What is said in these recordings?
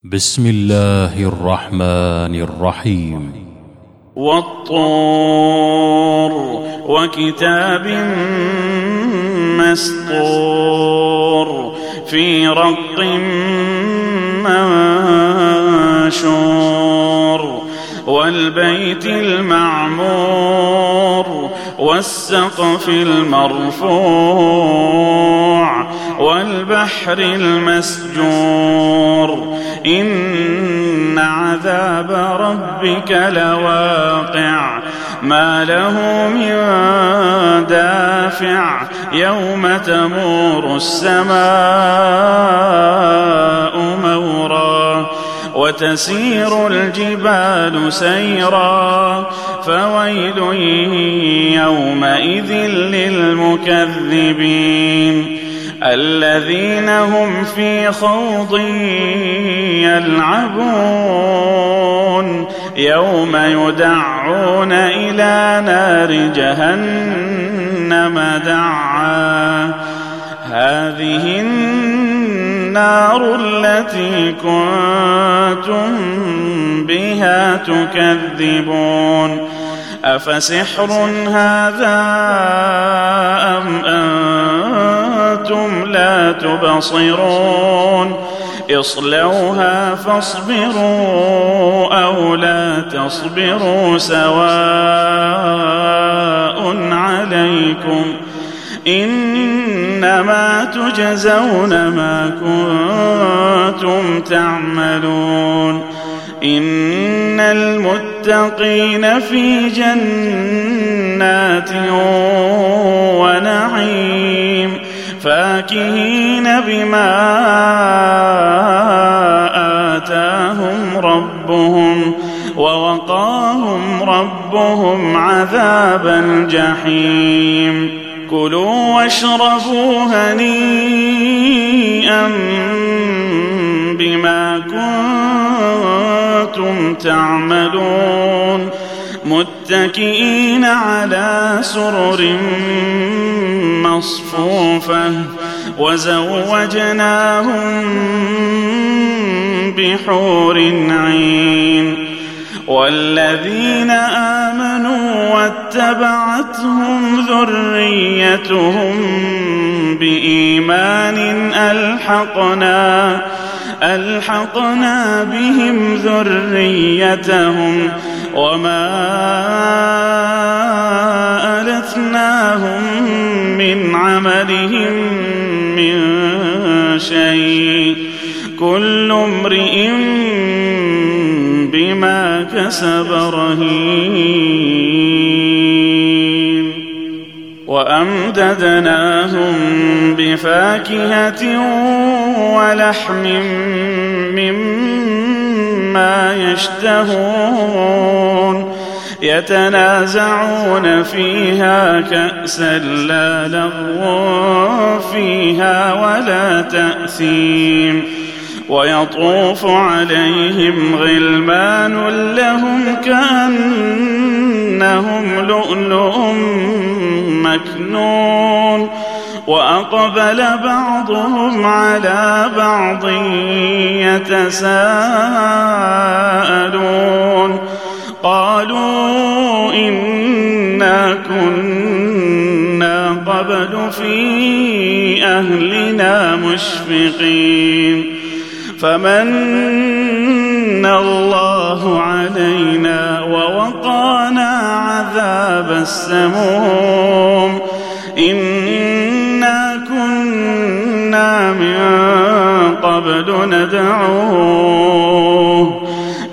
بسم الله الرحمن الرحيم. والطور وكتاب مسطور في رق منشور والبيت المعمور والسقف المرفوع والبحر المسجور إن عذاب ربك لواقع ما له من دافع يوم تمور السماء مورا وتسير الجبال سيرا فويل يومئذ للمكذبين الذين هم في خوض يلعبون يوم يدعون إلى نار جهنم دعا هذه النار التي كنتم بها تكذبون أفسحر هذا أم أنتم لا تبصرون اصلوها فاصبروا أو لا تصبروا سواء عليكم إنما تجزون ما كنتم تعملون إن المتقين في جنات ونعيم فاكهين بما آتاهم ربهم ووقاهم ربهم عذاب الجحيم كلوا واشربوا هنيئا بما كنتم تعملون متكئين على سرر مصفوفة وزوجناهم بحور عين والذين آمنوا واتبعتهم ذريتهم بإيمان ألحقنا بهم ذريتهم وما ألتناهم من عملهم من شيء كل امرئ بما كسب رهين وأمددناهم بفاكهة ولحم مما يشتهون يتنازعون فيها كأسا لا لغو فيها ولا تأثيم ويطوف عليهم غلمان لهم كأنهم لؤلؤ مكنون وأقبل بعضهم على بعض يتساءلون قالوا إنا كنا قبل في أهلنا مشفقين فمن الله علينا ووقانا عذاب السموم إنا كنا من قبل ندعوه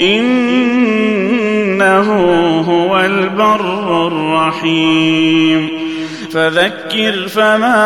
إنه هو البر الرحيم فذكر فما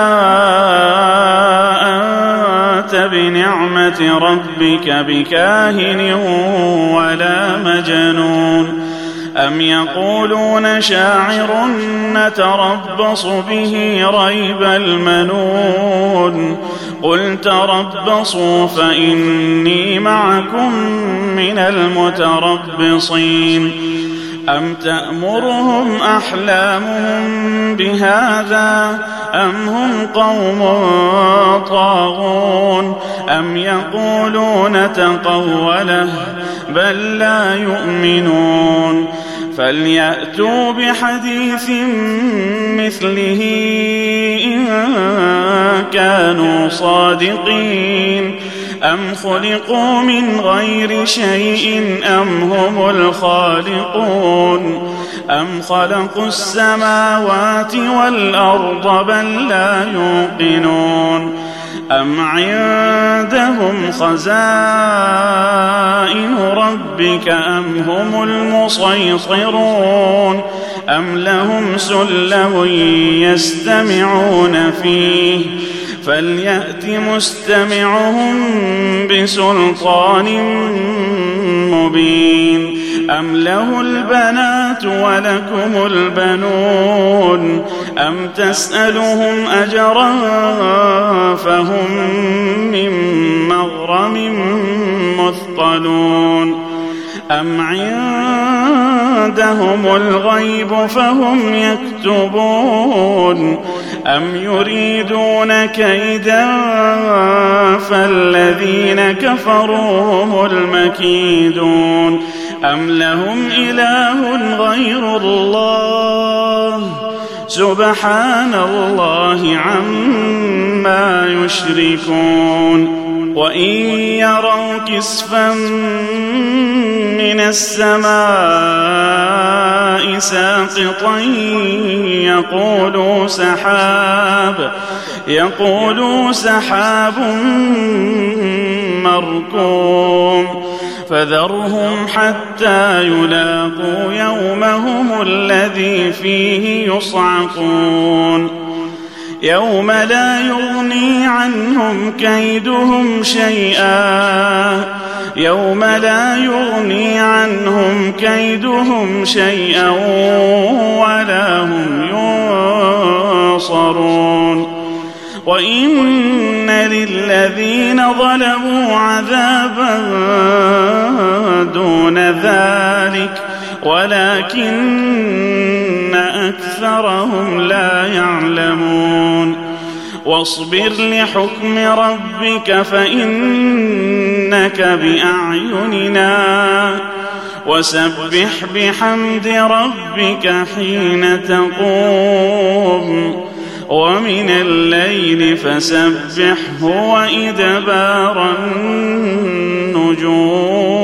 أنت بنعمة ربك بكاهن ولا مجنون أم يقولون شاعر نتربص به ريب المنون قل تربصوا فإني معكم من المتربصين أم تأمرهم أحلامهم بهذا أم هم قوم طاغون أم يقولون تقوله بل لا يؤمنون فليأتوا بحديث مثله إن كانوا صادقين أم خلقوا من غير شيء أم هم الخالقون أم خلقوا السماوات والأرض بل لا يوقنون أم عندهم خزائن ربك أم هم المسيطرون أم لهم سلم يستمعون فيه فليأت مستمعهم بسلطان مبين أم له البنات ولكم البنون أم تسألهم أجرا فهم من مغرم مثقلون أم عندهم الغيب فهم يكتبون أم يريدون كيدا فالذين كفروا هم المكيدون أم لهم إله غير الله سبحان الله عما يشركون وإن يروا كسفا من السماء ساقطا يقولوا سحاب مركوم فذرهم حتى يلاقوا يومهم الذي فيه يصعقون يوم لا يغني عنهم كيدهم شيئا ولا هم ينصرون وإن للذين ظلموا عذابا دون ذلك ولكن أكثرهم لا يعلمون واصبر لحكم ربك فإنك بأعيننا وسبح بحمد ربك حين تقوم ومن الليل فسبحه وإدبار النجوم